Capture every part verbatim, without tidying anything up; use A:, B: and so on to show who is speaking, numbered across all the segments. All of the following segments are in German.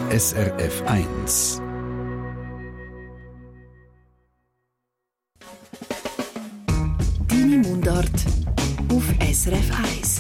A: S R F eins.
B: Deine Mundart auf S R F eins.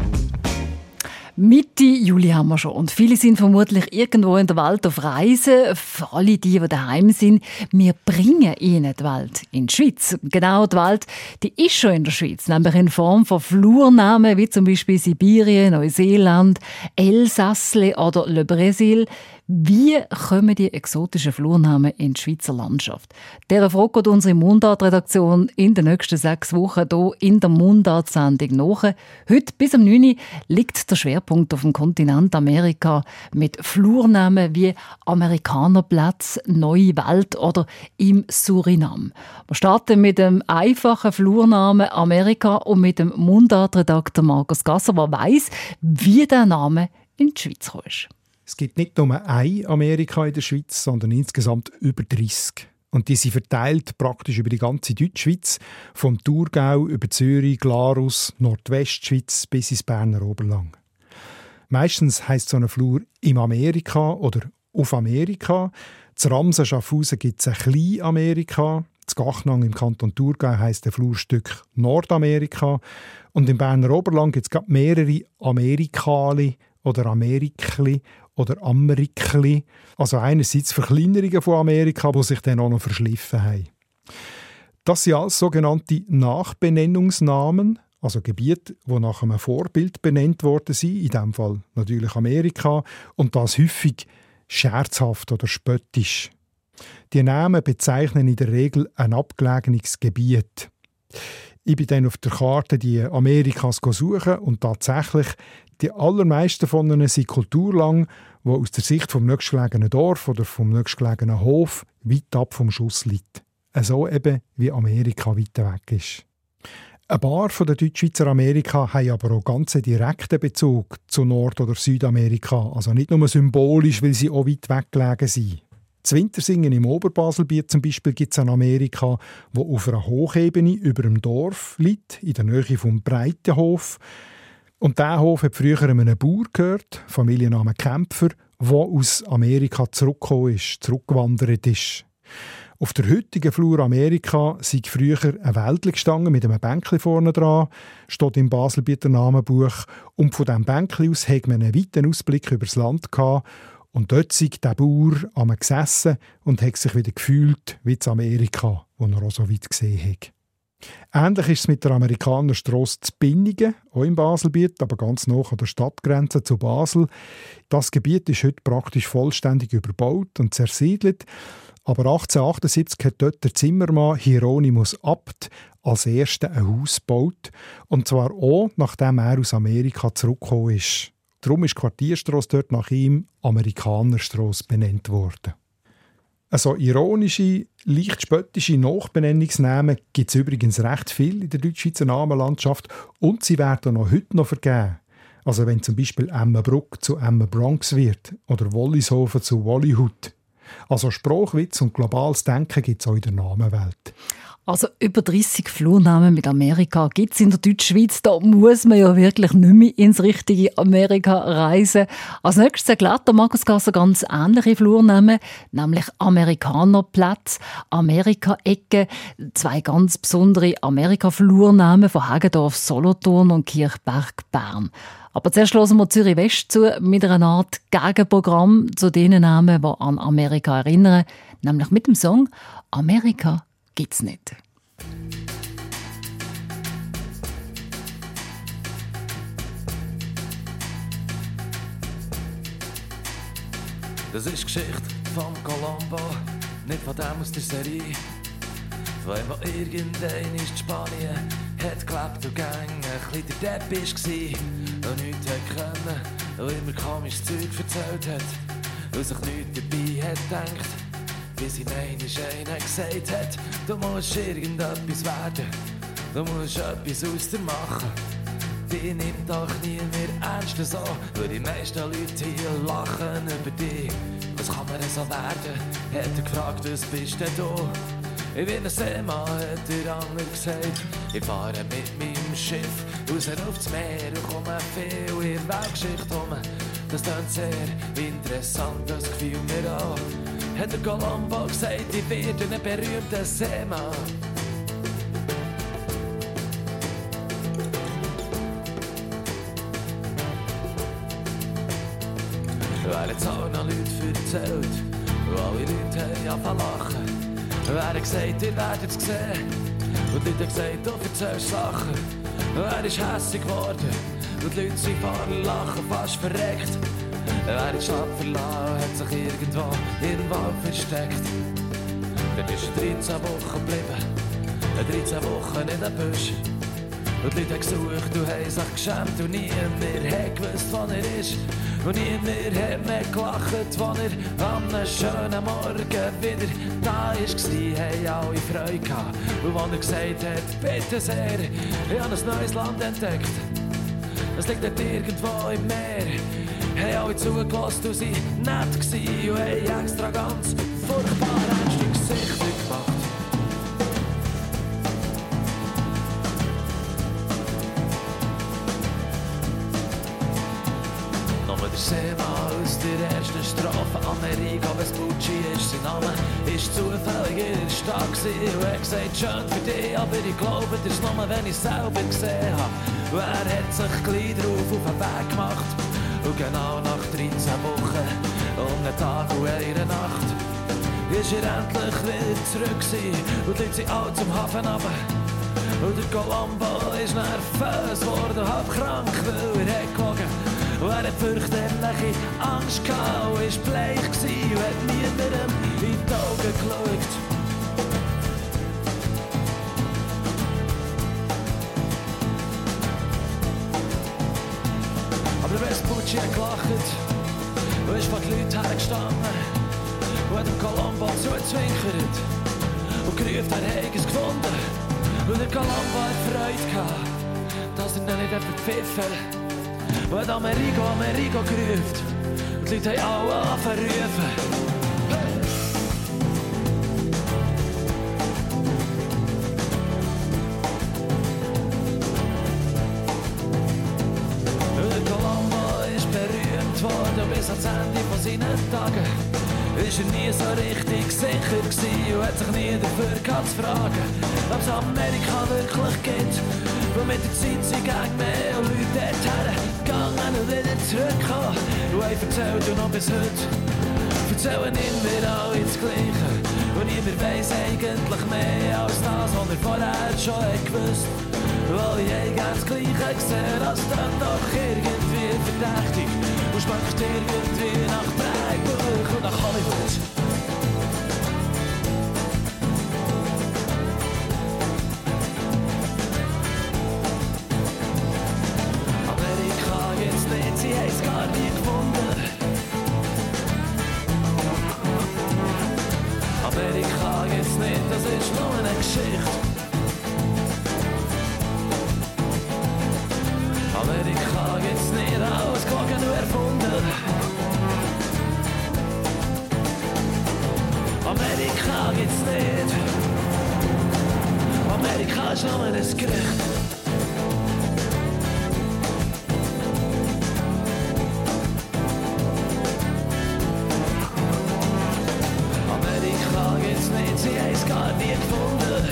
C: Mitte Juli haben wir schon und viele sind vermutlich irgendwo in der Welt auf Reisen. Für alle die, die daheim sind, wir bringen ihnen die Welt in die Schweiz. Genau, die Welt, die ist schon in der Schweiz, nämlich in Form von Flurnamen wie zum Beispiel Sibirien, Neuseeland, Elsassle oder Le Brésil. Wie kommen die exotischen Flurnamen in die Schweizer Landschaft? Dieser Frage geht unsere Mundart-Redaktion in den nächsten sechs Wochen hier in der Mundart-Sendung nach. Heute bis am neun Uhr liegt der Schwerpunkt auf dem Kontinent Amerika mit Flurnamen wie Amerikanerplatz, Neue Welt oder im Suriname. Wir starten mit dem einfachen Flurnamen Amerika und mit dem Mundart-Redakteur Markus Gasser, der weiss, wie der Name in die Schweiz kommt.
D: Es gibt nicht nur ein Amerika in der Schweiz, sondern insgesamt über dreissig. Und die sind verteilt praktisch über die ganze Deutschschweiz, vom Thurgau über Zürich, Glarus, Nordwestschweiz bis ins Berner Oberland. Meistens heisst so ein Flur im Amerika oder auf Amerika. In Ramsen Schaffhausen gibt es ein Klein-Amerika. In Gachnang im Kanton Thurgau heisst der Flurstück Nordamerika. Und im Berner Oberland gibt es mehrere Amerikali oder Amerikli oder Amerikli. Also einerseits Verkleinerungen von Amerika, die sich dann auch noch verschliffen haben. Das sind alles sogenannte Nachbenennungsnamen, also Gebiete, die nach einem Vorbild benannt worden sind, in diesem Fall natürlich Amerika, und das häufig scherzhaft oder spöttisch. Die Namen bezeichnen in der Regel ein abgelegenes Gebiet. Ich bin dann auf der Karte die Amerikas suchen und tatsächlich die allermeisten von ihnen sind kulturlang, die aus der Sicht vom nächstgelegenen Dorf oder vom nächstgelegenen Hof weit ab vom Schuss liegt. So eben wie Amerika weit weg ist. Ein paar von den Deutschschweizer Amerika haben aber auch ganz direkten Bezug zu Nord- oder Südamerika. Also nicht nur symbolisch, weil sie auch weit weg gelegen sind. Das Wintersingen im Oberbaselbiet zum Beispiel gibt es ein Amerika, das auf einer Hochebene über dem Dorf liegt, in der Nähe vom Breitenhof. Und dieser Hof hat früher einem Bauer gehört, Familienname Kämpfer, der aus Amerika zurückgekommen ist, zurückgewandert ist. Auf der heutigen Flur Amerika sei früher ein Wäldchen gestanden mit einem Bänkchen vorne dran, steht im Baselbieter Namenbuch. Und von diesem Bänkchen aus hatte man einen weiten Ausblick über das Land gehabt. Und dort sei der Bauer am gesessen und hat sich wieder gefühlt wie in Amerika, wo er auch so weit gesehen hat. Ähnlich ist es mit der Amerikanerstrasse zu Binningen, auch im Baselbiet, aber ganz nah an der Stadtgrenze zu Basel. Das Gebiet ist heute praktisch vollständig überbaut und zersiedelt. Aber achtzehnhundertachtundsiebzig hat dort der Zimmermann Hieronymus Abt als erster ein Haus gebaut. Und zwar auch, nachdem er aus Amerika zurückgekommen ist. Darum ist die Quartierstrasse dort nach ihm Amerikanerstrasse benannt worden. Also ironische, leicht spöttische Nachbenennungsnamen gibt es übrigens recht viel in der Deutschschweizer Namenlandschaft und sie werden auch heute noch vergeben. Also wenn zum Beispiel Emmenbruck zu Emmenbronx wird oder Wollishofen zu Wollyhood. Also Sprachwitz und globales Denken gibt es auch in der Namenwelt.
C: Also über dreissig Flurnamen mit Amerika gibt es in der Deutschschweiz. Da muss man ja wirklich nicht mehr ins richtige Amerika reisen. Als nächstes erklärt der Markus Gasser ganz ähnliche Flurnamen, nämlich Amerikanerplatz, Amerika-Ecke, zwei ganz besondere Amerika-Flurnamen von Hagendorf, Solothurn und Kirchberg, Bern. Aber zuerst hören wir Zürich West zu mit einer Art Gegenprogramm zu den Namen, die an Amerika erinnern, nämlich mit dem Song «Amerika gibt's nicht».
E: Das ist die Geschichte von Colombo, nicht von dem aus der Serie. Von ihm, der irgendein in Spanien hat gelebt und gang ein bisschen der Depp war und nichts hat können und immer komisches Zeug erzählt hat und sich nichts dabei hat gedacht, bis ihm einmal einer gesagt hat, du musst irgendetwas werden, du musst etwas aus dir machen. Die nimmt doch nie mehr ernst so, weil die meisten Leute hier lachen über dich. Was kann man so werden? Hat er gefragt, was bist denn du? Ich bin ein Seemann, hat der andere gesagt. Ich fahre mit meinem Schiff raus aufs Meer und komme viel in der Weltgeschichte rum. das klingt sehr interessant, das gefiel mir an. Hat der Colombo gesagt, ich werde ein berühmter Seemann. Weil jetzt auch noch Leute erzählt, und alle Leute haben angefangen lachen. Wer hat gesagt, ihr werdet es sehen, und die Leute haben gesagt, du erzählst Sachen. Wer ist hässig geworden, und die Leute sind vor Lachen fast verreckt. Wer ist schlapp verlassen, hat sich irgendwo in den Wald versteckt. Dann ist er dreizehn Wochen geblieben, dreizehn Wochen in den Büsch. Und die Leute haben gesucht und haben sich geschämt und niemand hat gewusst, wo er ist. Und niemand hat mehr gelacht, als er an einem schönen Morgen wieder da war. Haben alle Freude gehabt. Und als er gesagt hat, bitte sehr, ich habe ein neues Land entdeckt. Es liegt dort irgendwo im Meer. Haben alle zugelassen und sind nett gewesen und haben extra ganz furchtbar ernste Gesichter gemacht. Der Seemann aus der ersten Strophe, Amerigo Vespucci ist sein Name, ist zufällig in der Stadt gewesen und er hat gesagt, schön für dich, aber ich glaube, das ist nur, wenn ich selber gesehen habe. Und er hat sich gleich drauf auf den Weg gemacht und genau nach dreizehn Wochen, um einen Tag und eine Nacht, ist er endlich wieder zurück gewesen und die Leute sind alle zum Hafen runter. Und der Colombo ist nervös geworden, halb krank, weil er hat gelogen. Und er hat fürchterliche Angst gehabt und war bleich gewesen und hat niemandem in die Augen geschaut. Aber Vespucci hat gelacht und ist vor die Leute hergestanden und hat dem Colombo zugezwinkert und gerufen, er hätte es gefunden. Und der Colombo hat Freude gehabt, dass er nicht verpfiffen. Und hat Amerigo, Amerigo gerufen. Und die Leute haben alle angefangen zu rufen. Hey! Und der Colombo ist berühmt worden bis ans Ende von seinen Tagen. Ist er nie so richtig sicher gewesen und hat sich nie dafür gehabt zu fragen, ob es Amerika wirklich gibt. Und mit der Zeit sind gegen mehr Leute dorthin gegangen und wieder zurückgekommen. Und ich erzählt und noch bis heute erzählen immer alle das Gleiche. Und niemand weiss eigentlich mehr als das, was er vorher schon hat gewusst. Alle haben das Gleiche gesehen, das dann doch irgendwie verdächtig und schmeckt irgendwie nach Drehbuch und nach Hollywood. Amerika jetzt nicht, sie haben es gar nie gefunden. Amerika jetzt nicht, das ist nur eine Geschichte. Amerika gibt's nicht, alles gelogen und erfunden. Amerika gibt's nicht. Amerika ist nur ein Gerücht. Amerika gibt's nicht, sie haben's gar nie gefunden.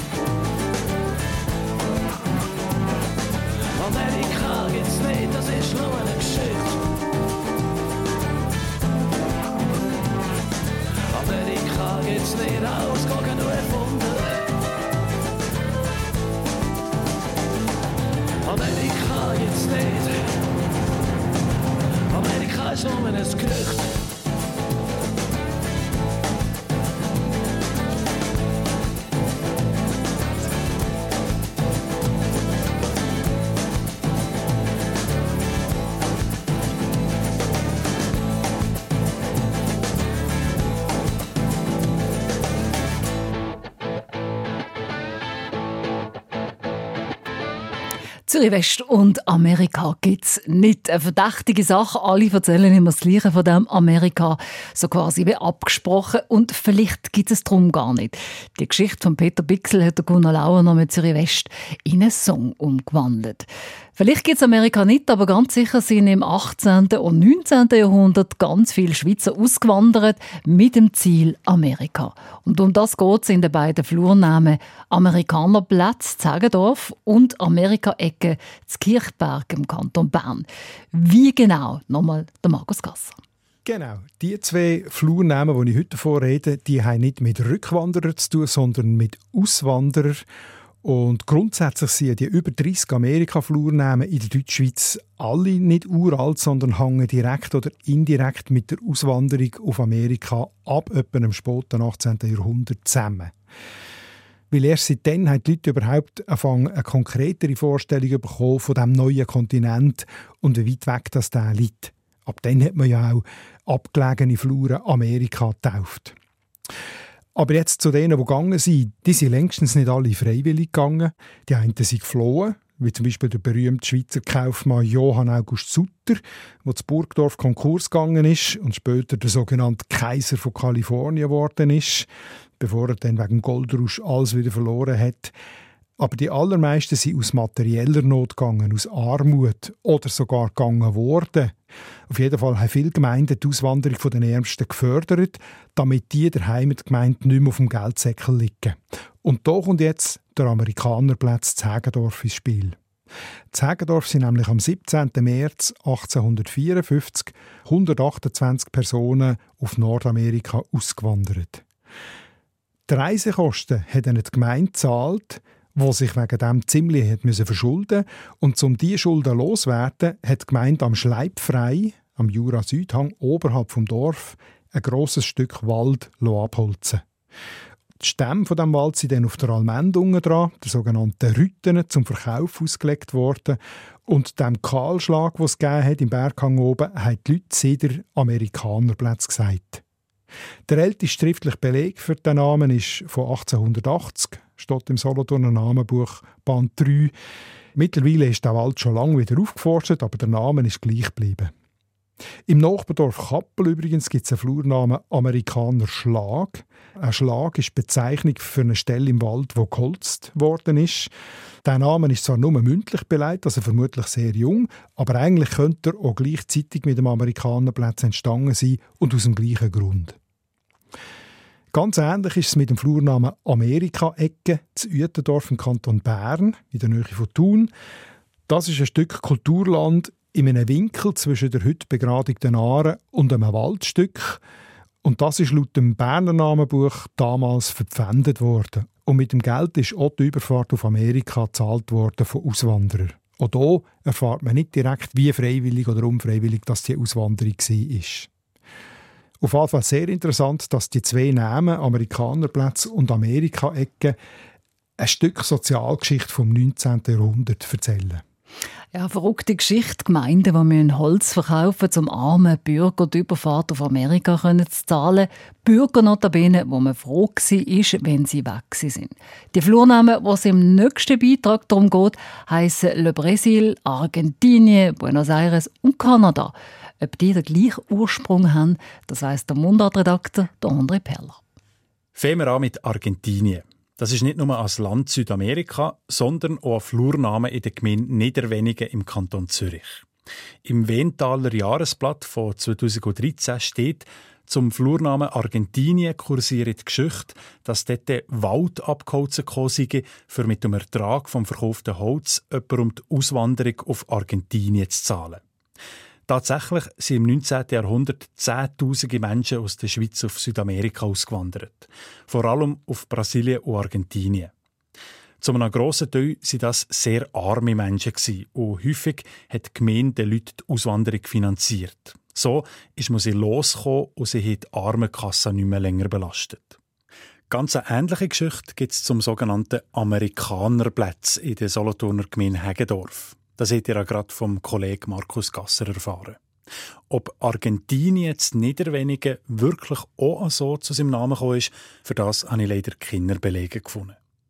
E: Amerika gibt's nicht, das ist nur eine Geschichte. Amerika gibt's nicht, ausgegangen und erfunden. Amerika gibt's nicht. Amerika ist nur ein Gerücht.
C: Zürich West und Amerika gibt's nicht. Eine verdächtige Sache. Alle erzählen immer das Gleiche von dem Amerika. So quasi wie abgesprochen. Und vielleicht gibt es darum gar nicht. Die Geschichte von Peter Bichsel hat der Gunnar Lauer noch mit Zürich West in einen Song umgewandelt. Vielleicht gibt es Amerika nicht, aber ganz sicher sind im achtzehnten und neunzehnten Jahrhundert ganz viele Schweizer ausgewandert mit dem Ziel Amerika. Und um das geht es in den beiden Flurnamen Amerikanerplatz Zagendorf und Amerika-Ecke zu Kirchberg im Kanton Bern. Wie genau? Nochmal der Markus Gasser.
D: Genau. Die zwei Flurnamen, die ich heute davon rede, die haben nicht mit Rückwanderern zu tun, sondern mit Auswanderern. Und grundsätzlich sind die über dreissig Amerika-Flurnamen in der Deutschschweiz alle nicht uralt, sondern hängen direkt oder indirekt mit der Auswanderung auf Amerika ab etwa dem späten achtzehnten Jahrhundert zusammen. Weil erst seitdem haben die Leute überhaupt angefangen, eine konkretere Vorstellung bekommen von diesem neuen Kontinent und wie weit weg das da liegt. Ab dann hat man ja auch abgelegene Fluren Amerika getauft. Aber jetzt zu denen, die gegangen sind, die sind längstens nicht alle freiwillig gegangen. Die einen sind geflohen, wie zum Beispiel der berühmte Schweizer Kaufmann Johann August Sutter, der zu Burgdorf Konkurs gegangen ist und später der sogenannte Kaiser von Kalifornien geworden ist, bevor er dann wegen Goldrausch alles wieder verloren hat. Aber die allermeisten sind aus materieller Not gegangen, aus Armut oder sogar gegangen worden. Auf jeden Fall haben viele Gemeinden die Auswanderung der Ärmsten gefördert, damit die der Heimatgemeinde nicht mehr auf dem Geldsäckel liegen. Und da kommt jetzt der Amerikanerplatz Zagendorf ins Spiel. Zagendorf sind nämlich am siebzehnten März achtzehnhundertvierundfünfzig hundertachtundzwanzig Personen auf Nordamerika ausgewandert. Die Reisekosten hat eine Gemeinde gezahlt, die sich wegen dem ziemlich hat müssen verschulden und um diese Schulden loszuwerden, hat die Gemeinde am Schleipfrei, am Jura-Südhang, oberhalb vom Dorf, ein grosses Stück Wald abholzen. Die Stämme von diesem Wald sind dann auf der Allmende unten dran, der sogenannten Rütten, zum Verkauf ausgelegt worden. Und dem Kahlschlag, den es gegeben hat, im Berghang oben, haben die Leute Sieder Amerikanerplatz gesagt. Der älteste schriftliche Beleg für den Namen ist von achtzehnhundertachtzig, steht im Solothurner Namenbuch Band drei. Mittlerweile ist der Wald schon lange wieder aufgeforscht, aber der Name ist gleich geblieben. Im Nachbardorf Kappel übrigens gibt es einen Flurnamen Amerikaner Schlag. Ein Schlag ist die Bezeichnung für eine Stelle im Wald, wo geholzt worden ist. Der Name ist zwar nur mündlich beleidigt, also vermutlich sehr jung, aber eigentlich könnte er auch gleichzeitig mit dem Amerikanerplatz entstanden sein und aus dem gleichen Grund. Ganz ähnlich ist es mit dem Flurnamen Amerika-Ecke zu Uetendorf im Kanton Bern, in der Nähe von Thun. Das ist ein Stück Kulturland in einem Winkel zwischen der heute begradigten Aare und einem Waldstück. Und das ist laut dem Berner Namenbuch damals verpfändet worden. Und mit dem Geld ist auch die Überfahrt auf Amerika gezahlt worden von Auswanderern. Auch hier erfahrt man nicht direkt, wie freiwillig oder unfreiwillig das die Auswanderung war. Auf jeden Fall sehr interessant, dass die zwei Namen, Amerikanerplatz und Amerika-Ecke, ein Stück Sozialgeschichte vom neunzehnten Jahrhundert erzählen.
C: Ja, verrückte Geschichte. Gemeinden, die müssen Holz verkaufen, um armen Bürgern die Überfahrt auf Amerika zu zahlen. Bürger notabene, wo man froh war, wenn sie weg sind. Die Flurnamen, die es im nächsten Beitrag darum geht, heissen Le Brésil, Argentinien, Buenos Aires und Kanada. Ob die den gleichen Ursprung haben, das weiss der Mundartredakteur André Perler.
F: Fangen wir an mit Argentinien. Das ist nicht nur als Land Südamerika, sondern auch ein Flurname in der Gemeinde Niederwenigen im Kanton Zürich. Im Wentaler Jahresblatt von zweitausenddreizehn steht, zum Flurnamen Argentinien kursiert die Geschichte, dass dort Wald abgeholzt sei, für mit dem Ertrag vom verkauften Holz jemand um die Auswanderung auf Argentinien zu zahlen. Tatsächlich sind im neunzehnten Jahrhundert Zehntausende Menschen aus der Schweiz auf Südamerika ausgewandert. Vor allem auf Brasilien und Argentinien. Zu einem grossen Teil waren das sehr arme Menschen und häufig hat die Gemeinde den Leuten die Auswanderung finanziert. So ist man sie losgekommen und sie hat die Armenkasse nicht mehr länger belastet. Ganz eine ähnliche Geschichte gibt es zum sogenannten Amerikanerplatz in der Solothurner Gemeinde Heggendorf. Das habt ihr ja gerade vom Kollegen Markus Gasser erfahren. Ob Argentinien zu Niederwenigen wirklich auch so zu seinem Namen gekommen ist, für das habe ich leider keine Belege gefunden.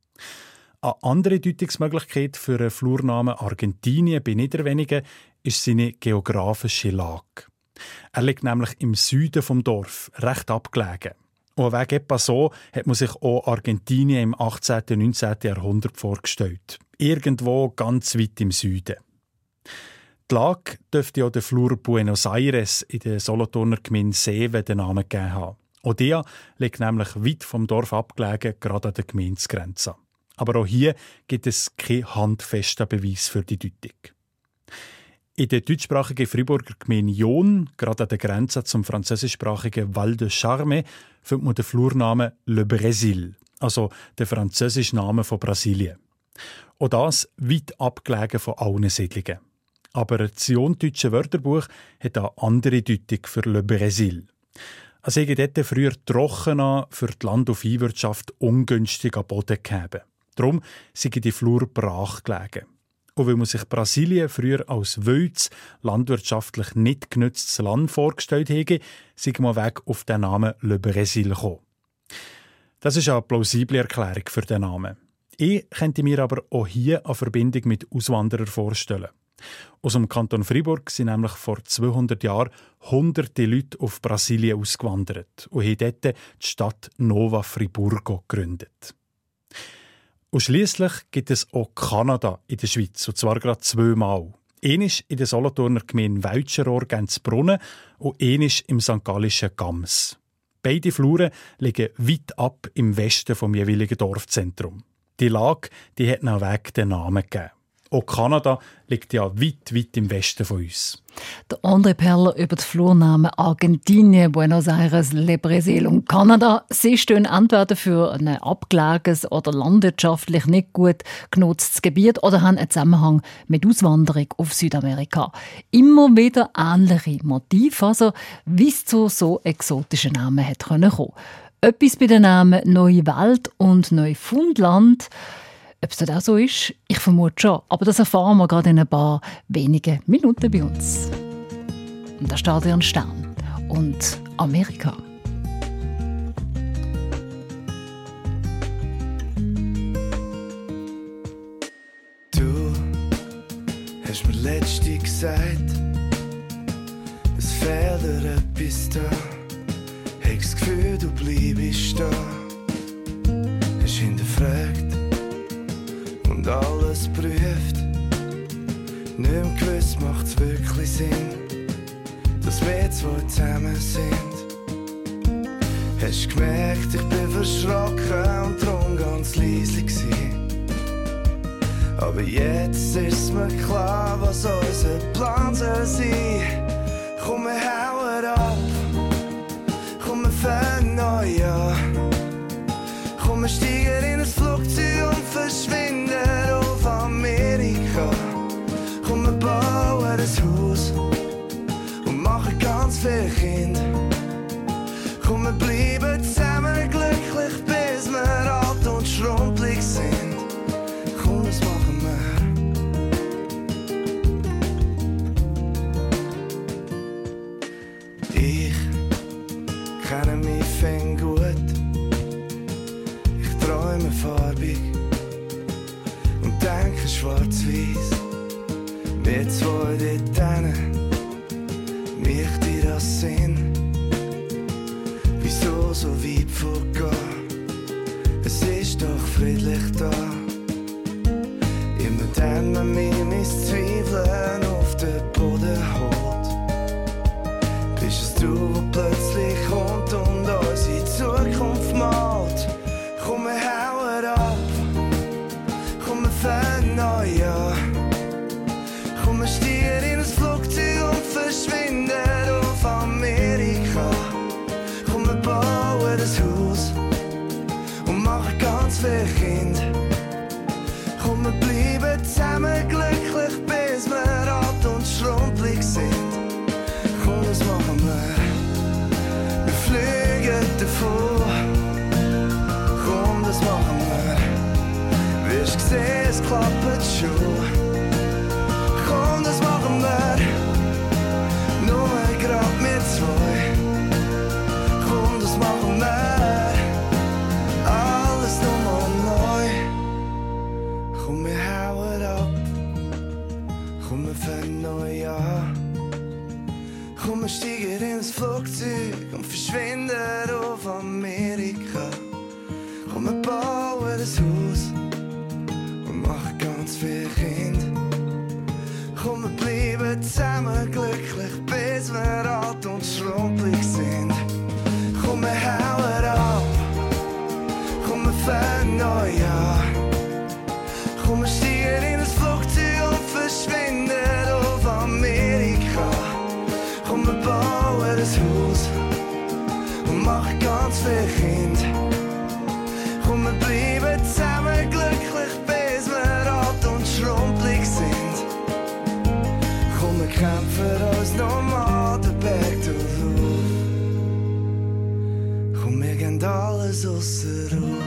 F: Eine andere Deutungsmöglichkeit für einen Flurnamen Argentinien bei Niederwenigen ist seine geografische Lage. Er liegt nämlich im Süden vom Dorf, recht abgelegen. Und wegen etwa so hat man sich auch Argentinien im achtzehnten und neunzehnten Jahrhundert vorgestellt. Irgendwo ganz weit im Süden. Die Lage dürfte ja der Flur Buenos Aires in der Solothurner Gemeinde Seewen den Namen gegeben haben. Odea liegt nämlich weit vom Dorf abgelegen, gerade an der Gemeindegrenze. Aber auch hier gibt es keinen handfesten Beweis für die Deutung. In der deutschsprachigen Freiburger Gemeinde Jon, gerade an der Grenze zum französischsprachigen Val de Charme, findet man den Flurnamen Le Brésil, also der französische Name von Brasilien. Auch das weit abgelegen von allen Siedlungen. Aber das Jon-deutsche Wörterbuch hat eine andere Deutung für Le Brésil. Es sei dort früher trockener, für die Land- und Viehwirtschaft ungünstiger Boden gegeben. Darum sei die Flur brach gelegen. Und weil man sich Brasilien früher als wildes, landwirtschaftlich nicht genutztes Land vorgestellt hätte, sei man weg auf den Namen Le Brésil gekommen. Das ist eine plausible Erklärung für den Namen. Ich könnte mir aber auch hier eine Verbindung mit Auswanderern vorstellen. Aus dem Kanton Freiburg sind nämlich vor zweihundert Jahren hunderte Leute auf Brasilien ausgewandert und haben dort die Stadt Nova Friburgo gegründet. Und schliesslich gibt es auch Kanada in der Schweiz, und zwar gerade zweimal. Einisch in der Solothurner Gemeinde Welscherohr Gänzbrunnen und einisch im Sankt Gallischen Gams. Beide Fluren liegen weit ab im Westen vom jeweiligen Dorfzentrum. Die Lage die hat nach Weg den Namen gegeben. Auch Kanada liegt ja weit, weit im Westen von uns.
C: Der André Perler über die Flurnamen Argentinien, Buenos Aires, Le Brésil und Kanada. Sie stehen entweder für ein abgelegenes oder landwirtschaftlich nicht gut genutztes Gebiet oder haben einen Zusammenhang mit Auswanderung auf Südamerika. Immer wieder ähnliche Motive, also wie es zu so exotischen Namen hat kommen können. Etwas bei den Namen Neue Welt und Neufundland. Ob es das auch so ist, ich vermute schon. Aber das erfahren wir gerade in ein paar wenigen Minuten bei uns. Und da steht ein Stern. Und Amerika.
G: Du hast mir letztens gesagt, es fehlt dir etwas da. Hast das Gefühl, du bleibst da. Hast hinterfragt und alles prüft. Nicht mehr gewiss, macht's wirklich Sinn, dass wir zwei zusammen sind. Hast gemerkt, ich bin verschrocken und drum ganz leise gsi. Aber jetzt ist mir klar, was unser Plan soll sein. Komm, wir hauen ab, komm, wir fangen neu an. Komm, wir steigen in ein Flugzeug und verschwinden auf Amerika. Komm, wir bauen ein Haus und machen ganz viele Kinder. Komm, wir bleiben zusammen glücklich, bis wir alt und schrumpelig sind. Komm, das machen wir. Ich kenne mich fing gut. Träume farbig und denke schwarz-weiß. Wir zwei dort hinten, macht dir das Sinn? Wieso so weit vorgehen? Es ist doch friedlich da. Immer dann, wenn mir mein Zweifeln auf den Boden holt, bist es du, wo plötzlich kommt und unsere Zukunft malt. Komm, wir hauen ab, komm, wir fangen neu an. Komm, wir steigen in ein Flugzeug und verschwinden auf Amerika. Komm, wir bauen ein Haus und machen ganz viele Kinder. Komm, wir bleiben zusammen glücklich, bis wir alt und schrumpelig sind. Komm, das machen wir. Wir fliegen davon. Das machen wir. Wirst gesehen, es klappt schon. Komm, das machen wir. Nur grad wir zwei. Komm, das machen wir. Alles nochmal neu. Komm, wir hauen ab. Komm, wir fangen neu an. Komm, wir steigen ins Flugzeug und verschwinden auf Amerika. Komm, wir bauen ein Haus und machen ganz viele Kinder. Komm, wir Haus und machen ganz viel Kind. Komm, wir bleiben zusammen glücklich, bis wir alt und schrumpelig sind. Komm, wir kämpfen uns nochmal den Berg drauf. Komm, wir gehen alles ausser auf.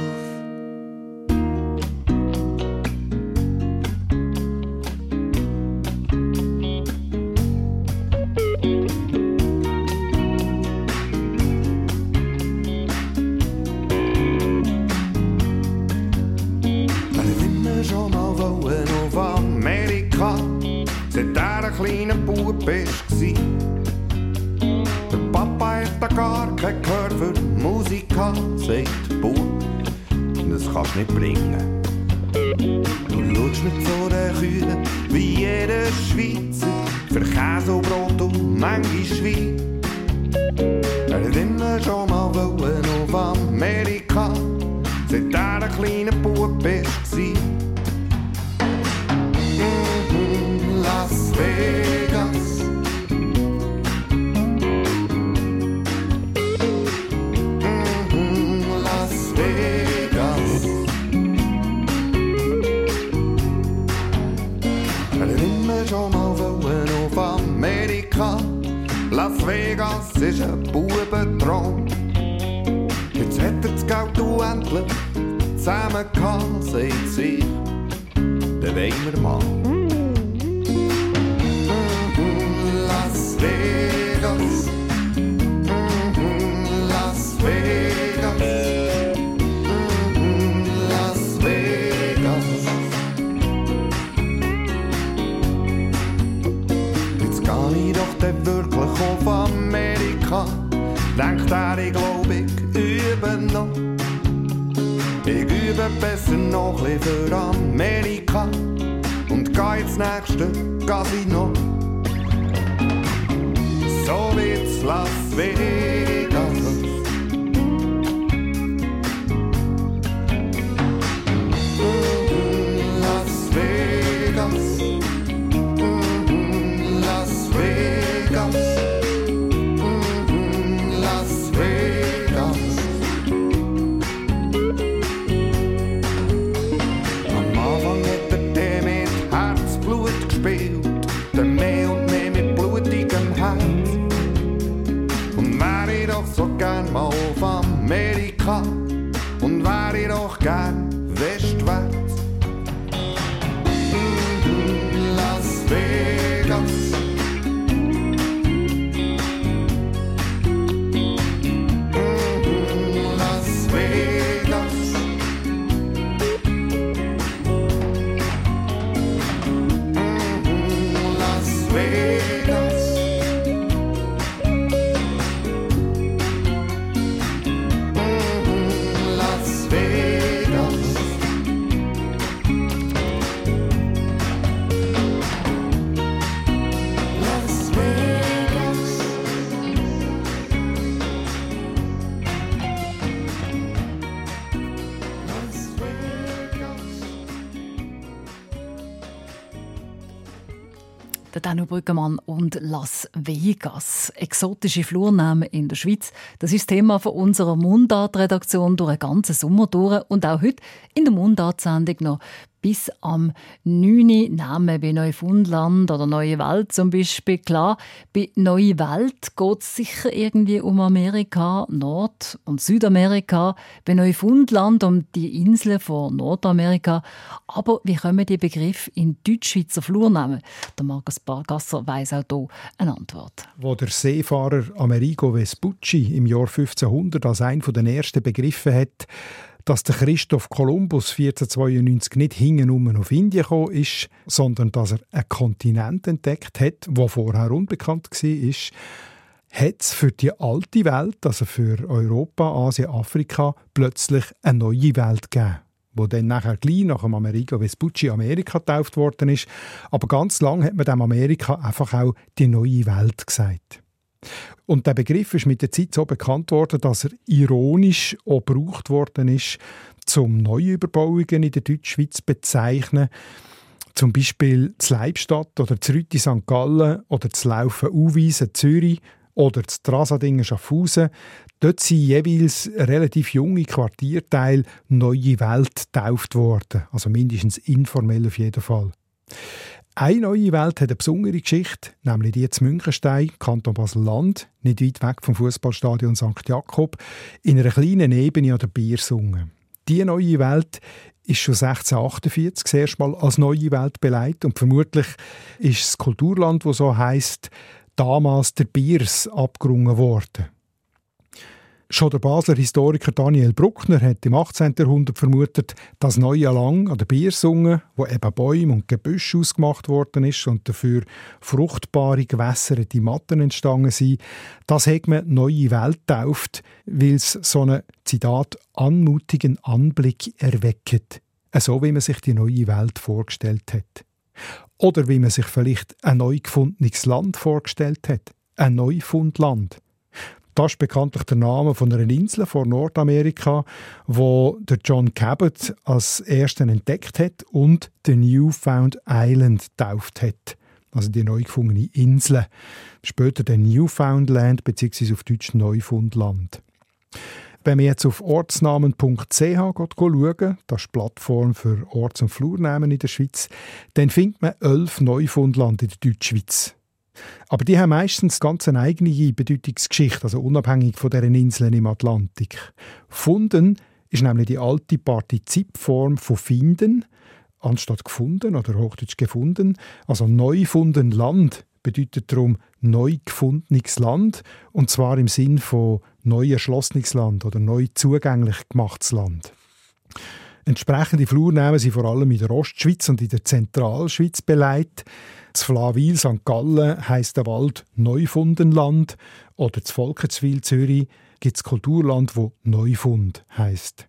H: Kleiner Bub warst. Der Papa hat da gar kein Gehör für Musik gehabt, sagt der Bub, das kannst du nicht bringen. Du schaust mit so einer Kühle wie jeder Schweizer, für Käse und Brot und manchmal Wein. Er hat immer schon mal wollen auf Amerika, seit er ein kleiner Bub warst. Las Vegas. Mm-hmm, Las Vegas. Er hat immer schon mal wollen auf Amerika. Las Vegas ist ein Bubentraum. Jetzt hat er das Geld unendlich zusammen gehabt, sagt sie. Dann wollen wir mal. Las Vegas, mm-hmm, Las Vegas, mm-hmm, Las Vegas. Jetzt geh ich doch dann wirklich auf Amerika. Denkt er, ich glaub, ich übe noch. Ich übe besser noch ein bisschen für Amerika. Und geh ins nächste Casino. So wird's Las Vegas. Mm-hmm, Las Vegas. Mm-hmm, Las Vegas. Mm-hmm, Las Vegas. Am Anfang hat der Tee mit Herzblut gespielt, der mehr und mehr mit blutigem Herz. So gern mal auf Amerika und wär ich doch gern westwärts. Mm-hmm, Las Vegas. Mm-hmm, Las Vegas. Mm-hmm, Las Vegas.
C: Der Danu Brüggemann und Las Vegas. Exotische Flurnamen in der Schweiz. Das ist das Thema von unserer Mundart-Redaktion durch den ganzen Sommer durch. Und auch heute in der Mundart-Sendung noch bis am neunten Namen bei Neufundland oder Neue Welt zum Beispiel. Klar, bei Neue Welt geht es sicher irgendwie um Amerika, Nord- und Südamerika. Bei Neufundland um die Inseln von Nordamerika. Aber wie kommen die Begriffe in Deutschschweizer Flurnamen? Der Markus Bargasser weiss auch hier eine Antwort.
D: Wo der Seefahrer Amerigo Vespucci im Jahr fünfzehnhundert als einen der ersten begriffen hat, dass der Christoph Kolumbus vierzehnhundertzweiundneunzig nicht hintenrum auf Indien gekommen ist, sondern dass er einen Kontinent entdeckt hat, der vorher unbekannt war, hat es für die alte Welt, also für Europa, Asien, Afrika, plötzlich eine neue Welt gegeben, wo dann nachher gleich nach dem Amerigo Vespucci Amerika getauft worden ist. Aber ganz lange hat man dem Amerika einfach auch die neue Welt gesagt. Und der Begriff ist mit der Zeit so bekannt worden, dass er ironisch auch gebraucht worden ist, um Neuüberbauungen in der Deutschschweiz zu bezeichnen. Zum Beispiel z Leibstadt oder z Rüti Sankt Gallen oder z Laufen Uwiesen Zürich oder das Trasadingen Schaffhausen. Dort sind jeweils relativ junge Quartierteile Neue Welt getauft worden. Also mindestens informell auf jeden Fall. Eine Neue Welt hat eine besondere Geschichte, nämlich die zu Münchenstein, Kanton Basel-Land, nicht weit weg vom Fußballstadion Sankt Jakob, in einer kleinen Ebene an der Biersungen. Diese Neue Welt ist schon sechzehnhundertachtundvierzig das erste Mal als Neue Welt beleidigt und vermutlich ist das Kulturland, das so heisst, damals der Biers abgerungen worden. Schon der Basler Historiker Daniel Bruckner hat im achtzehnten Jahrhundert vermutet, dass Neue Lang an der Biersungen, wo eben Bäume und Gebüsche ausgemacht worden ist und dafür fruchtbare, gewässerte Matten entstanden sind, das hat man Neue Welt getauft, weil es so einen, Zitat, anmutigen Anblick erweckt. So wie man sich die neue Welt vorgestellt hat. Oder wie man sich vielleicht ein neu gefundenes Land vorgestellt hat. Ein Neufundland. Das ist bekanntlich der Name von einer Insel vor Nordamerika, wo der John Cabot als ersten entdeckt hat und the Newfound Island getauft hat. Also die neu gefundene Insel. Später der Newfoundland bzw. auf Deutsch Neufundland. Wenn wir jetzt auf ortsnamen punkt c h schauen, das ist die Plattform für Orts- und Flurnamen in der Schweiz, dann findet man elf Neufundland in der Deutschschweiz. Aber die haben meistens ganz eine eigene Bedeutungsgeschichte, also unabhängig von deren Inseln im Atlantik. Funden ist nämlich die alte Partizipform von finden, anstatt gefunden oder hochdeutsch gefunden. Also neufunden Land bedeutet darum neu gefundenes Land, und zwar im Sinn von neu erschlossenes Land oder neu zugänglich gemachtes Land. Entsprechende Flurnamen sind vor allem in der Ostschweiz und in der Zentralschweiz beleidigt. Das Flawil Sankt Gallen heisst der Wald Neufundenland oder das Volkenswil Zürich gibt es Kulturland, wo Neufund heisst.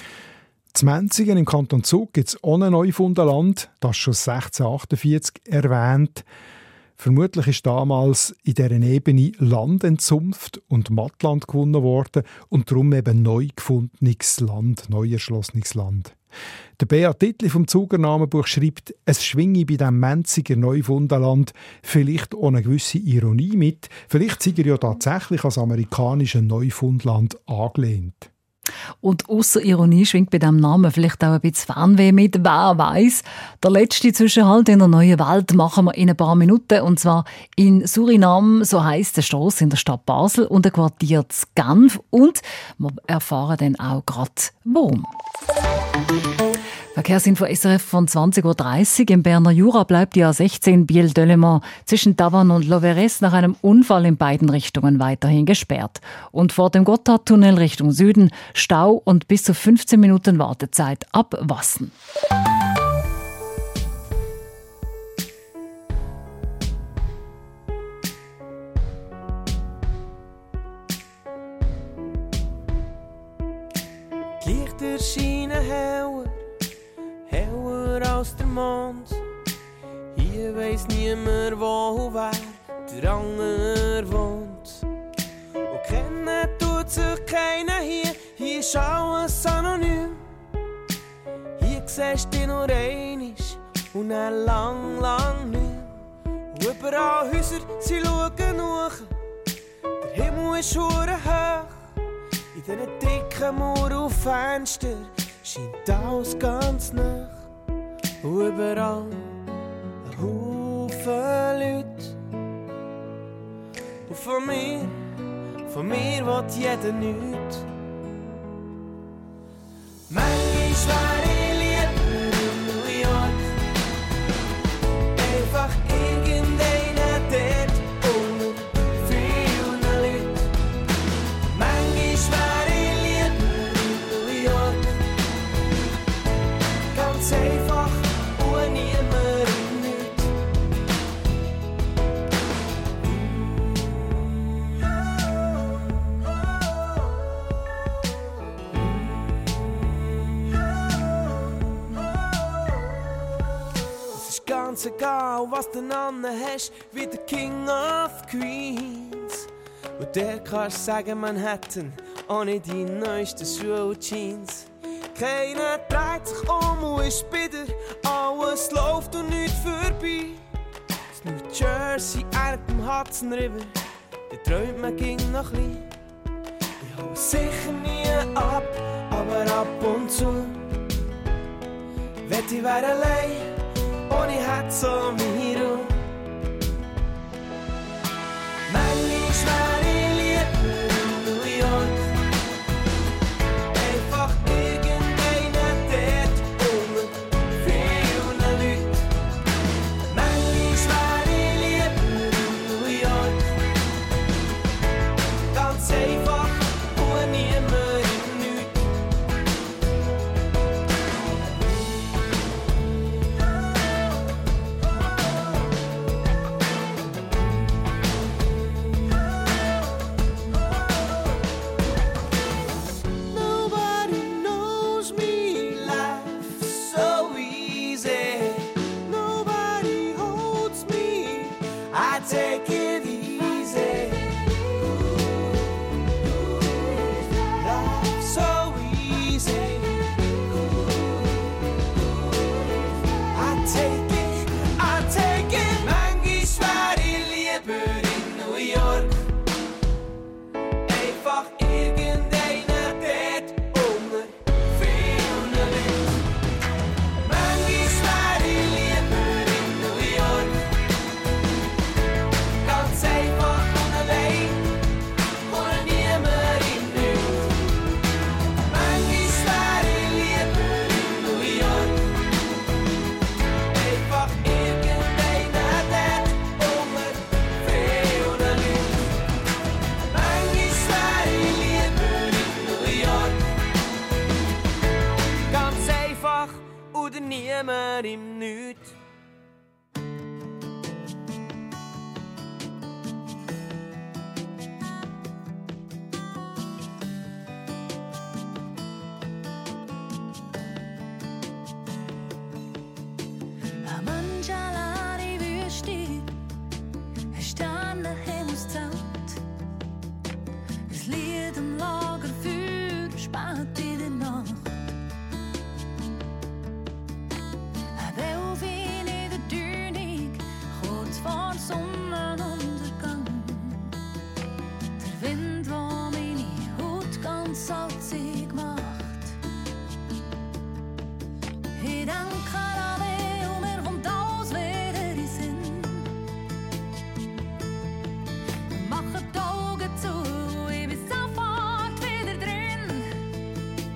D: Z Menzigen im Kanton Zug gibt es auch ein Neufundenland, das schon sechzehnhundertachtundvierzig erwähnt. Vermutlich ist damals in dieser Ebene Land entzunft und Mattland gewonnen worden und darum eben neu gefundenes Land, neu erschlossenes Land. Der Beat Dittli vom Zuger Namenbuch schreibt, es schwinge bei dem Menziger Neufundenland vielleicht auch eine gewisse Ironie mit. Vielleicht sei er ja tatsächlich als amerikanisches Neufundland angelehnt.
C: Und ausser Ironie schwingt bei diesem Namen vielleicht auch ein bisschen Fernweh mit. Wer weiss? Der letzte Zwischenhalt in der neuen Welt machen wir in ein paar Minuten. Und zwar in Suriname, so heisst der Stoss in der Stadt Basel und ein Quartier zu Genf. Und wir erfahren dann auch gerade, warum. Verkehrsinfo S R F von zwanzig Uhr dreißig. Im Berner Jura bleibt die A sechzehn Biel-Döllemont zwischen Tavannes und Loveres nach einem Unfall in beiden Richtungen weiterhin gesperrt. Und vor dem Gotthardtunnel Richtung Süden Stau und bis zu fünfzehn Minuten Wartezeit ab Wassen.
I: Die Lichter scheinen heller, heller als der Mond. Hier weiss niemand, wo und wer der andere wohnt. Und kennen tut sich keiner hier, hier ist alles anonym. Hier siehst du dich nur einmal und dann lang, lang nicht. Und überall Häuser, sie schauen nach. Der Himmel ist hure hoch. In diesen dicken Mauern und Fenstern scheint alles ganz nah. Und überall ein Haufen Leute. Und von mir, von mir will jeder nichts. Manchmal wäre ich lieber in New York. Einfach irgendeiner dort unter vielen Leuten. Manchmal wäre ich lieber in New York. Ganz einfach und niemand und nichts. Es ist ganz egal, was du an hast, wie der King of Queens. Und der kannst du sagen, Manhattan, ohne die neuesten Schuhe-Jeans. Keiner dreht sich um und ist bitter, alles läuft und nichts vorbei. Das New Jersey, einer dem Hudson River, träumt man ging noch klein. Ich hau sicher nie ab, aber ab und zu wett ich wär allein, ohne Herz so meine Ruhe. Manchmal wär ich lieber in New York, einfach irgendeinen dort unter vielen Leuten. Manchmal wär ich lieber in New York, ganz einfach, und niemand im Nichts. Nobody knows me, life so easy. Nobody holds me, I take it easy. Life so easy. I take it, I take it. Manchmal wär ich lieber in New York, einfach irgendeiner dort unter vielen Leuten. Manchmal wär ich lieber in New York, ganz einfach und allein, ohne niemand im Nichts. Manchmal wär ich lieber in New York, einfach irgendeiner dort unter vielen Leuten. Manchmal wär ich lieber in New York, ganz einfach oder niemand im Nichts.
J: Am Angelari Wüste stand der Himmelszelt. Es Lied am Lagerfeuer spät in der Nacht. Ein Delfin in der Düne, kurz vor Sonnenuntergang. Der Wind, der meine Haut ganz salzig macht. Ich denke an dich und mir kommt alles wieder in den Sinn. Mache die Augen zu, ich bin sofort wieder drin.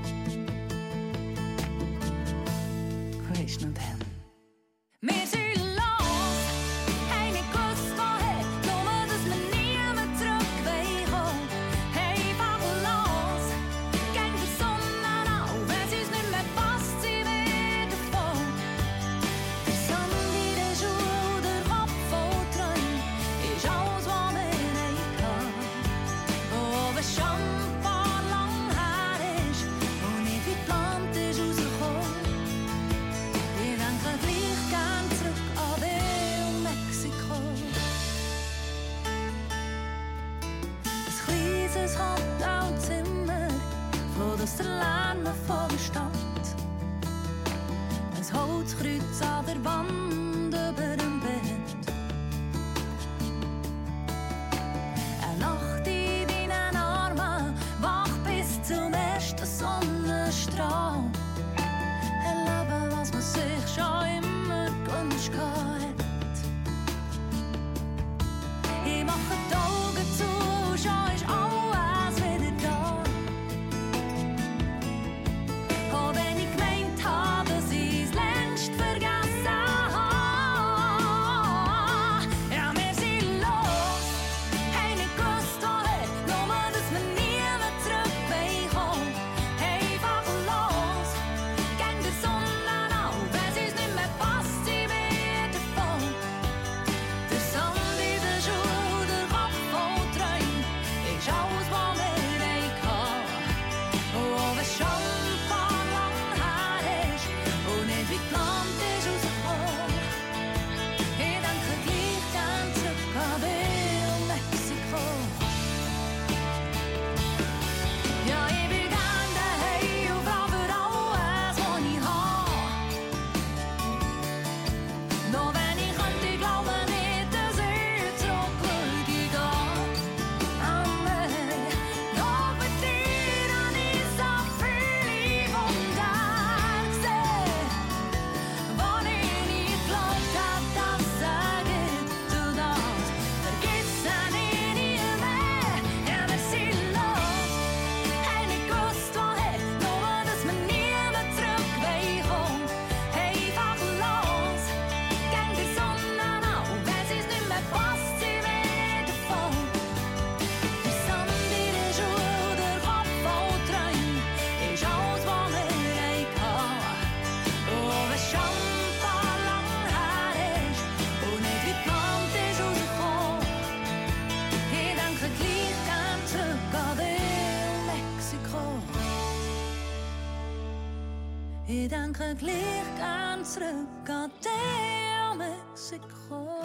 J: Ich denke gleich gern zurück an dich, Mexiko.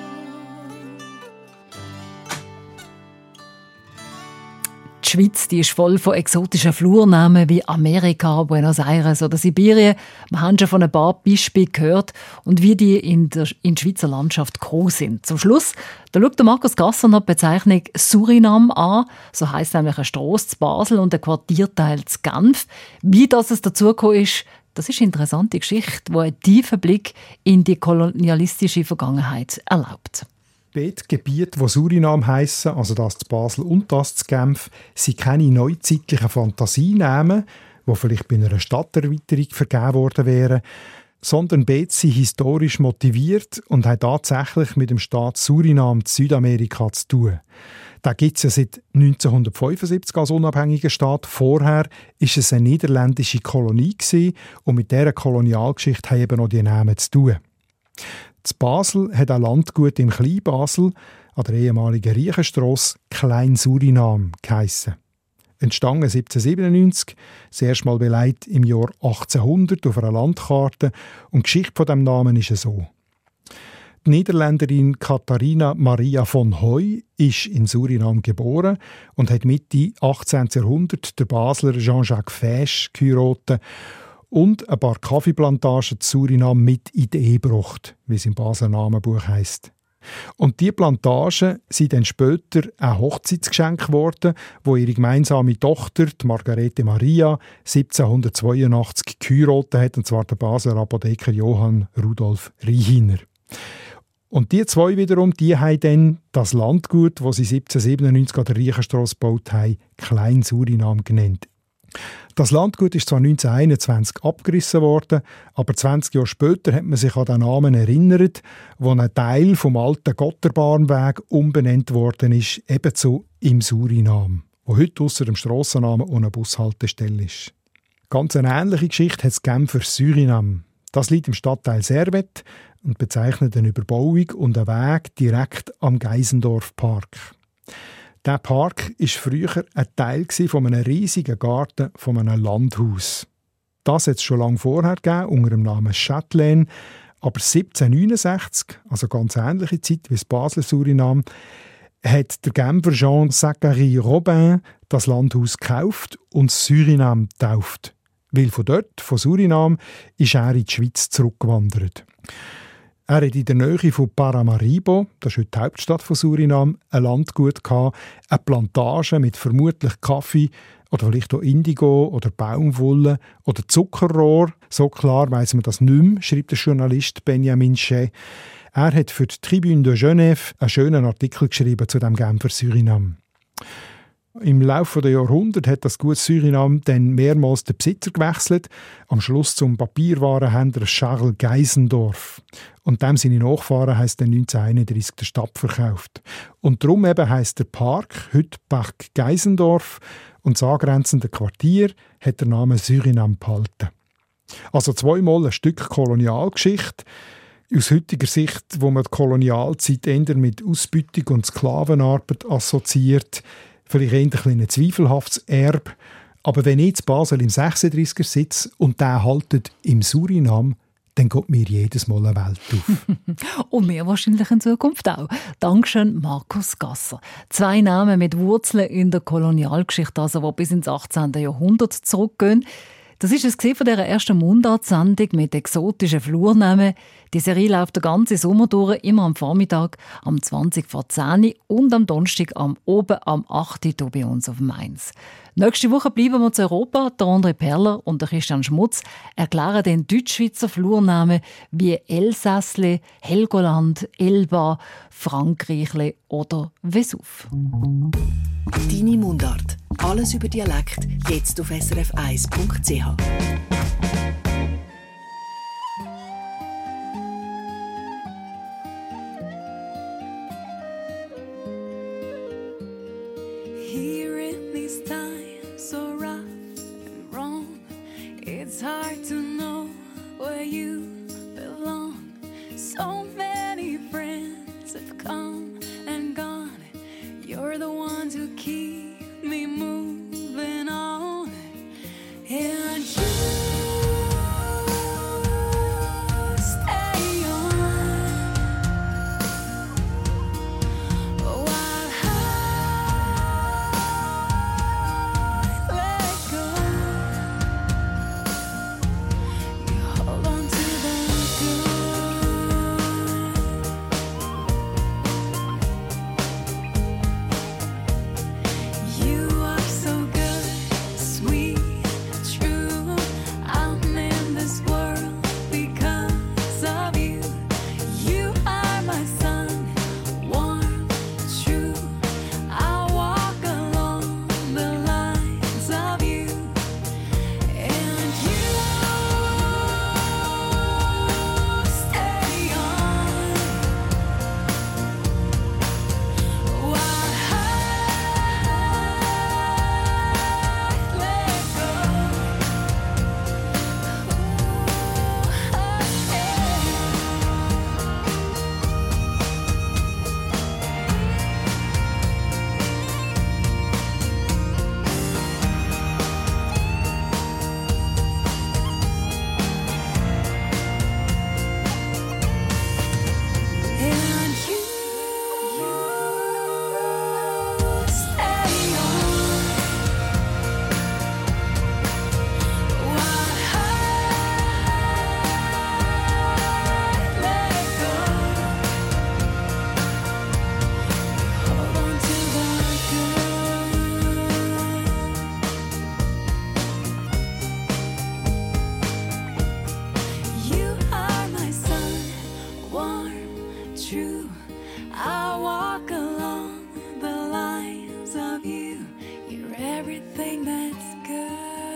C: Die Schweiz, die ist voll von exotischen Flurnamen wie Amerika, Buenos Aires oder Sibirien. Wir haben schon von ein paar Beispielen gehört und wie die in der, in der Schweizer Landschaft gekommen sind. Zum Schluss da schaut der Markus Gasser noch die Bezeichnung Surinam an. So heisst nämlich eine Strasse zu Basel und ein Quartierteil zu Genf. Wie das es dazu gekommen ist, das ist eine interessante Geschichte, die einen tiefen Blick in die kolonialistische Vergangenheit erlaubt.
D: Beide Gebiete, die Surinam heissen, also das zu Basel und das zu Genf, sind keine neuzeitlichen Fantasienamen, die vielleicht bei einer Stadterweiterung vergeben worden wären, sondern beide sind historisch motiviert und haben tatsächlich mit dem Staat Surinam in Südamerika zu tun. Da gibt es ja seit neunzehnhundertfünfundsiebzig als unabhängiger Staat. Vorher war es eine niederländische Kolonie gewesen, und mit dieser Kolonialgeschichte haben eben noch die Namen zu tun. Z Basel hat ein Landgut im Kleinbasel an der ehemaligen Riechenstrasse Klein Surinam geheissen. Entstanden siebzehnhundertsiebenundneunzig, das erste Mal beleidigt im Jahr achtzehnhundert auf einer Landkarte, und die Geschichte von dem Namen ist so. Die Niederländerin Katharina Maria von Hoy ist in Surinam geboren und hat Mitte achtzehnten Jahrhundert den Basler Jean-Jacques Fesch geheiratet und ein paar Kaffeeplantagen zu Surinam mit in die Ehe gebracht, wie es im Basler Namenbuch heisst. Und diese Plantagen sind dann später ein Hochzeitsgeschenk geworden, wo ihre gemeinsame Tochter, die Margarete Maria, siebzehnhundertzweiundachtzig geheiratet hat, und zwar der Basler Apotheker Johann Rudolf Riehiner. Und die zwei wiederum, die haben dann das Landgut, das sie siebzehnhundertsiebenundneunzig an der Riechenstrasse gebaut haben, Klein Surinam genannt. Das Landgut ist zwar neunzehnhunderteinundzwanzig abgerissen worden, aber zwanzig Jahre später hat man sich an den Namen erinnert, wo ein Teil vom alten Gotterbahnweg umbenannt worden ist, ebenso im Surinam, wo heute ausser dem Strassennamen und eine Bushaltestelle ist. Ganz eine ähnliche Geschichte hat das Genfer Surinam. Das liegt im Stadtteil Servet und bezeichnet eine Überbauung und einen Weg direkt am Geisendorf Park. Dieser Park war früher ein Teil von einem riesigen Garten von einem Landhaus. Das hat es schon lange vorher gegeben, unter dem Namen Châtelaine. Aber siebzehnhundertneunundsechzig, also ganz ähnliche Zeit wie das Basler Surinam, hat der Genfer Jean Zachary Robin das Landhaus gekauft und Surinam getauft. Weil von dort, von Surinam, ist er in die Schweiz zurückgewandert. Er hatte in der Nähe von Paramaribo, das ist heute die Hauptstadt von Surinam, ein Landgut gehabt, eine Plantage mit vermutlich Kaffee oder vielleicht auch Indigo oder Baumwolle oder Zuckerrohr. So klar weiss man das nicht mehr, schreibt der Journalist Benjamin Che. Er hat für die Tribune de Genève einen schönen Artikel geschrieben zu dem Genfer Surinam. Im Laufe der Jahrhunderte hat das Gut Surinam dann mehrmals den Besitzer gewechselt, am Schluss zum Papierwarenhändler Charles Geisendorf. Und dem seine Nachfahren heisst dann neunzehnhunderteinunddreissig der Stadt verkauft. Und darum eben heisst der Park heute Park Geisendorf und das angrenzende Quartier hat der Name Surinam behalten. Also zweimal ein Stück Kolonialgeschichte. Aus heutiger Sicht, wo man die Kolonialzeit eher mit Ausbeutung und Sklavenarbeit assoziiert, vielleicht eher ein bisschen zweifelhaftes Erbe. Aber wenn ich in Basel im sechsunddreissiger sitze und der haltet im Surinam, dann geht mir jedes Mal eine Welt auf.
C: Und mir wahrscheinlich in Zukunft auch. Dankeschön, Markus Gasser. Zwei Namen mit Wurzeln in der Kolonialgeschichte, also die bis ins achtzehnten Jahrhundert zurückgehen. Das ist es von dieser ersten Mundart-Sendung mit exotischen Flurnamen. Die Serie läuft den ganzen Sommer durch, immer am Vormittag, am zwanzig vor zehn und am Donnerstag am oben am acht Uhr bei uns auf Mainz. Nächste Woche bleiben wir zu Europa. Der André Perler und der Christian Schmutz erklären den Deutschschweizer Flurnamen wie Elsassle, Helgoland, Elba, Frankreichle oder Vesuv.
B: Deine Mundart. Alles über Dialekt, jetzt auf s r f eins punkt c h.
J: Here in these times so rough and wrong, it's hard to know where you belong. So many friends have come and gone. You're the ones who keep me moving on. And you something that's good.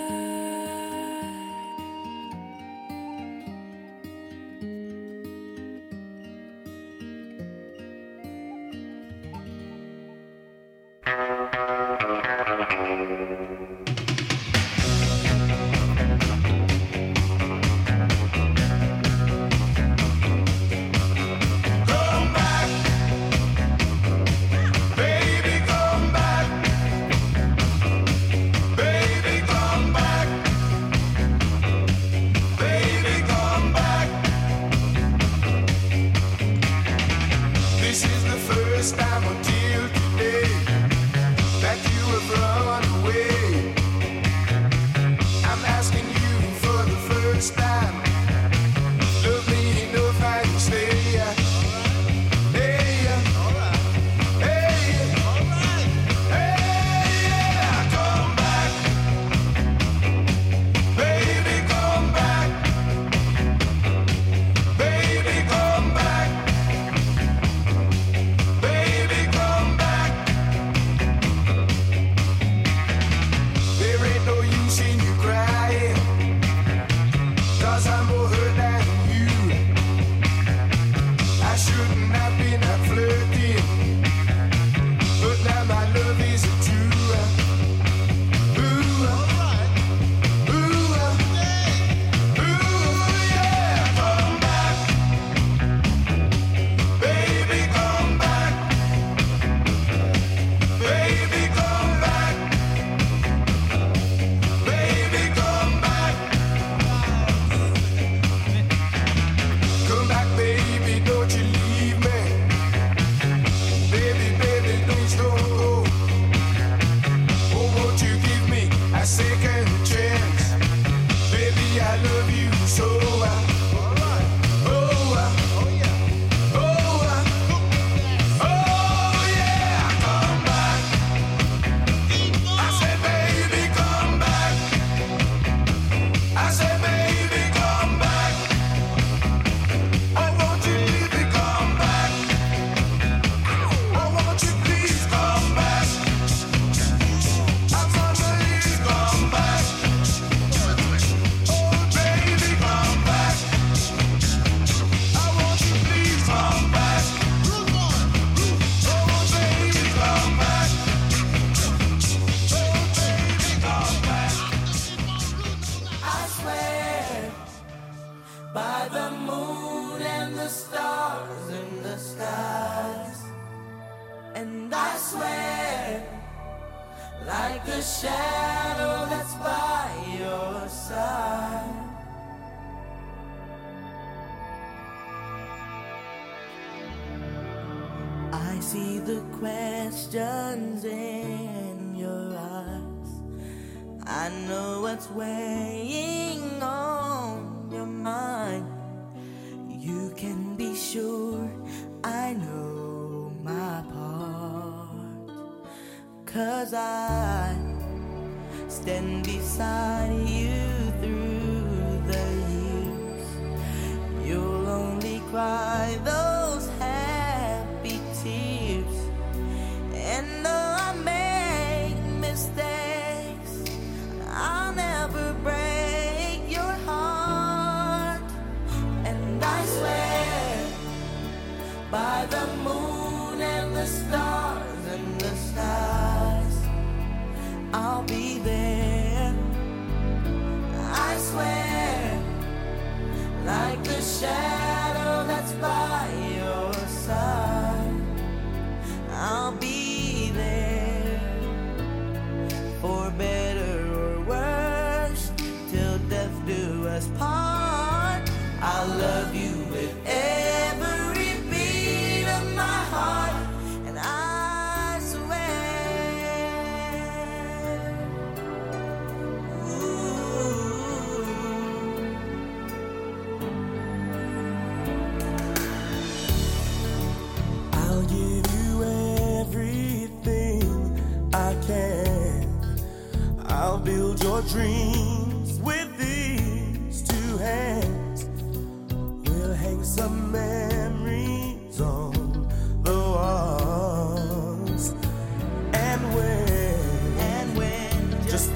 K: Dreams with these two hands. We'll hang some memories on the walls. And when, and when, just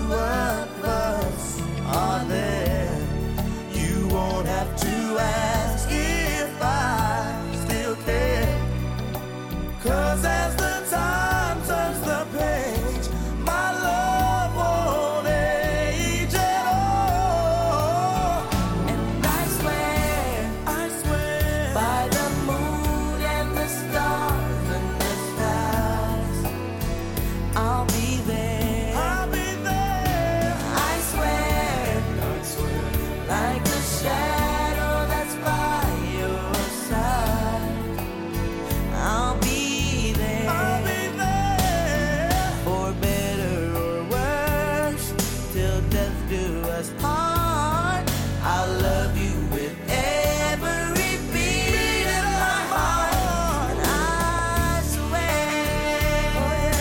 K: of us are there. You won't have to ask if I still care. 'Cause as the time turns the page, my love won't age at all. And I swear, I swear, by the moon and the stars and the skies, I'll be there. I'll be there. I swear, I swear, like a shadow that's by your side, I'll be there. I'll be there. For better or worse, till death do us part. I'll love you with every beat in my heart. And I swear.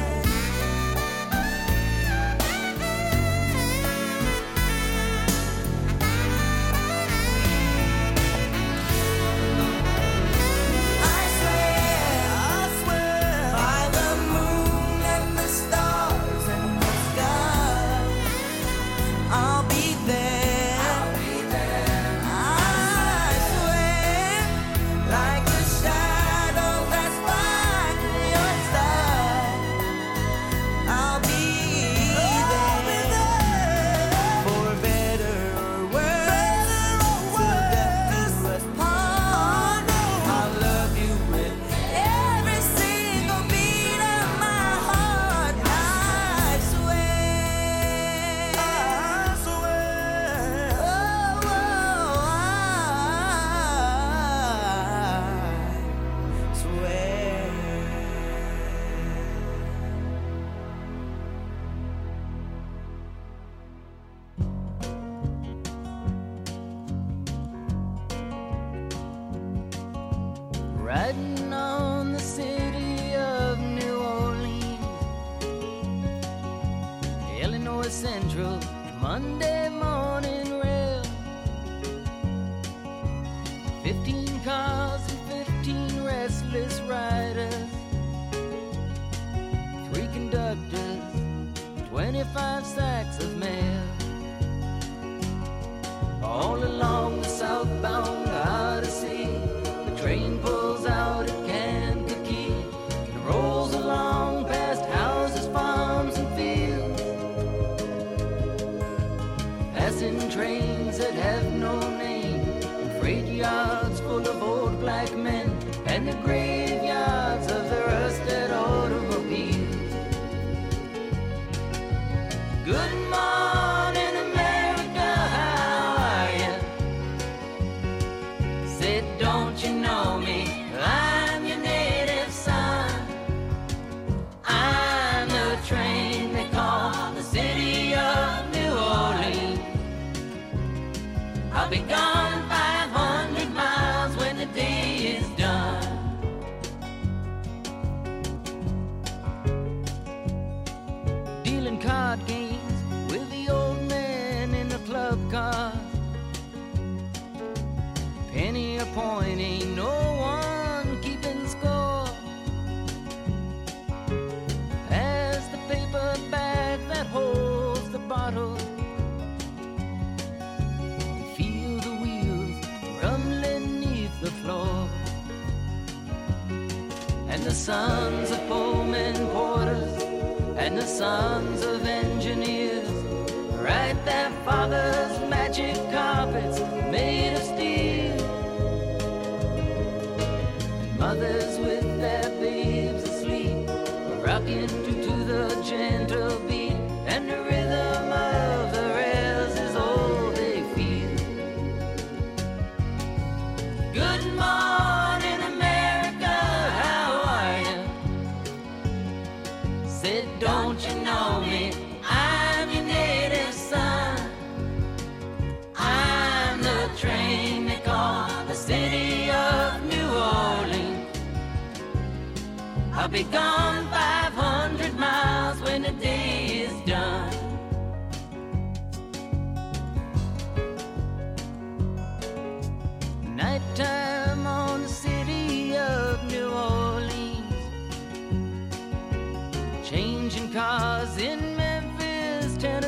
K: I swear, I swear, by the moon and the stars and the sky, I'll be there. I'll be there. I swear, like a shadow that's by your side, I'll be there. For better or worse, till death do us part. I'll love you with every single beat of my heart. I swear. I swear. Oh, oh, I swear.
I: Riding on the city of New Orleans, Illinois Central, Monday morning rail. Fifteen cars and fifteen restless riders, three conductors, twenty-five sacks of mail. All along the southbound Odyssey, the train pulls out at Kankakee and rolls along past houses, farms, and fields, passing trains that have no name, and freight yards full of old black men, and the graveyards of the rusted automobiles. Good morning, America, how are you? Said, don't you know me? I'm your native son. I'm the train they call the city of New Orleans. I'll be gone five hundred miles when the day is done. Dealing card games with the old man in the club car. Penny a point, ain't no one keeping score. Pass the paper bag that holds the bottle. Feel the wheels rumbling neath the floor. And the sons of Pullman porters and the sons of engineers write their father's magic carpets made of steel. Mothers with their babes asleep, rocking to, to the gentle beat, and the rhythm of the rails is all they feel. Good morning, America, how are you? Said, don't you know me? I'm your native son. I'm the train they call the city of New Orleans. I'll be gone five hundred miles when the day is done. Nighttime on the city of New Orleans, changing cars in Memphis, Tennessee.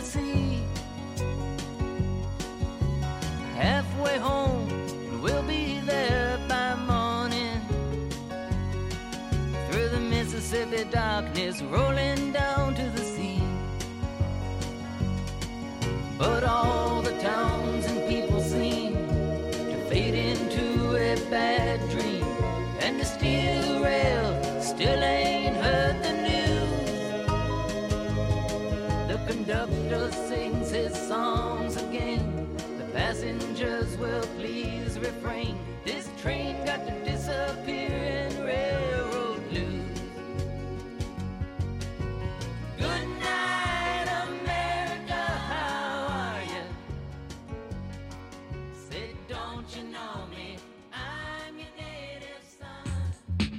K: the darkness rolling down to the sea. But all the towns and people seem to fade into a bad dream, and the steel rail still ain't heard the news. The conductor sings his songs again. The passengers will please refrain. This train got to disappear in railroad blues. Good night, America, how are you? Say, don't you know me? I'm your native son.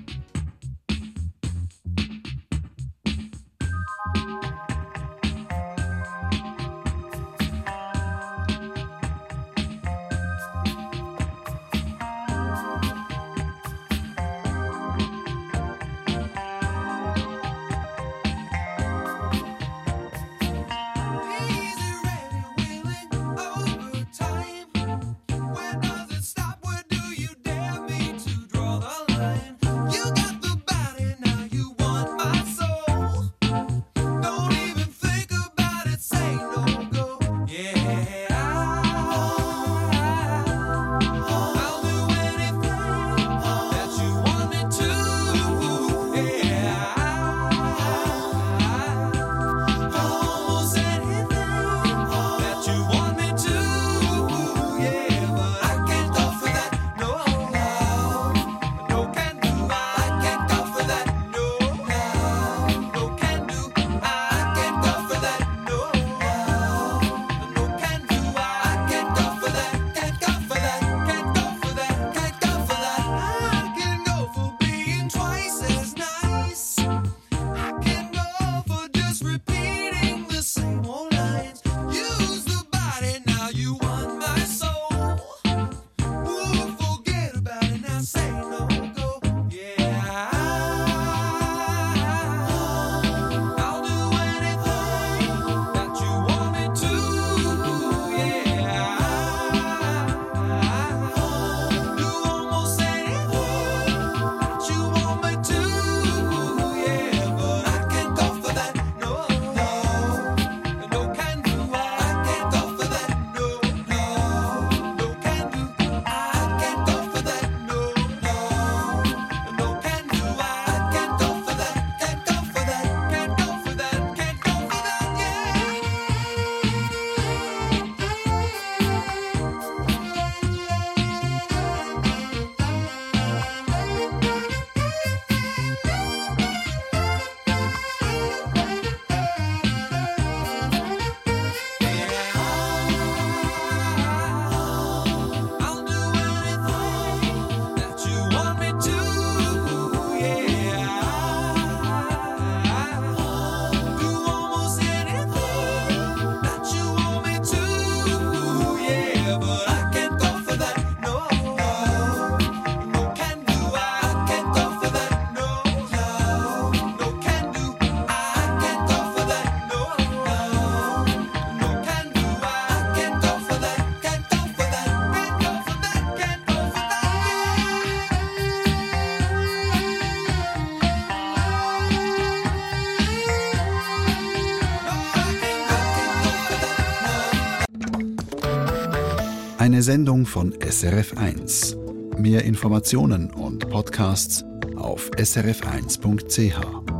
A: Eine Sendung von S R F eins. Mehr Informationen und Podcasts auf s r f eins punkt c h.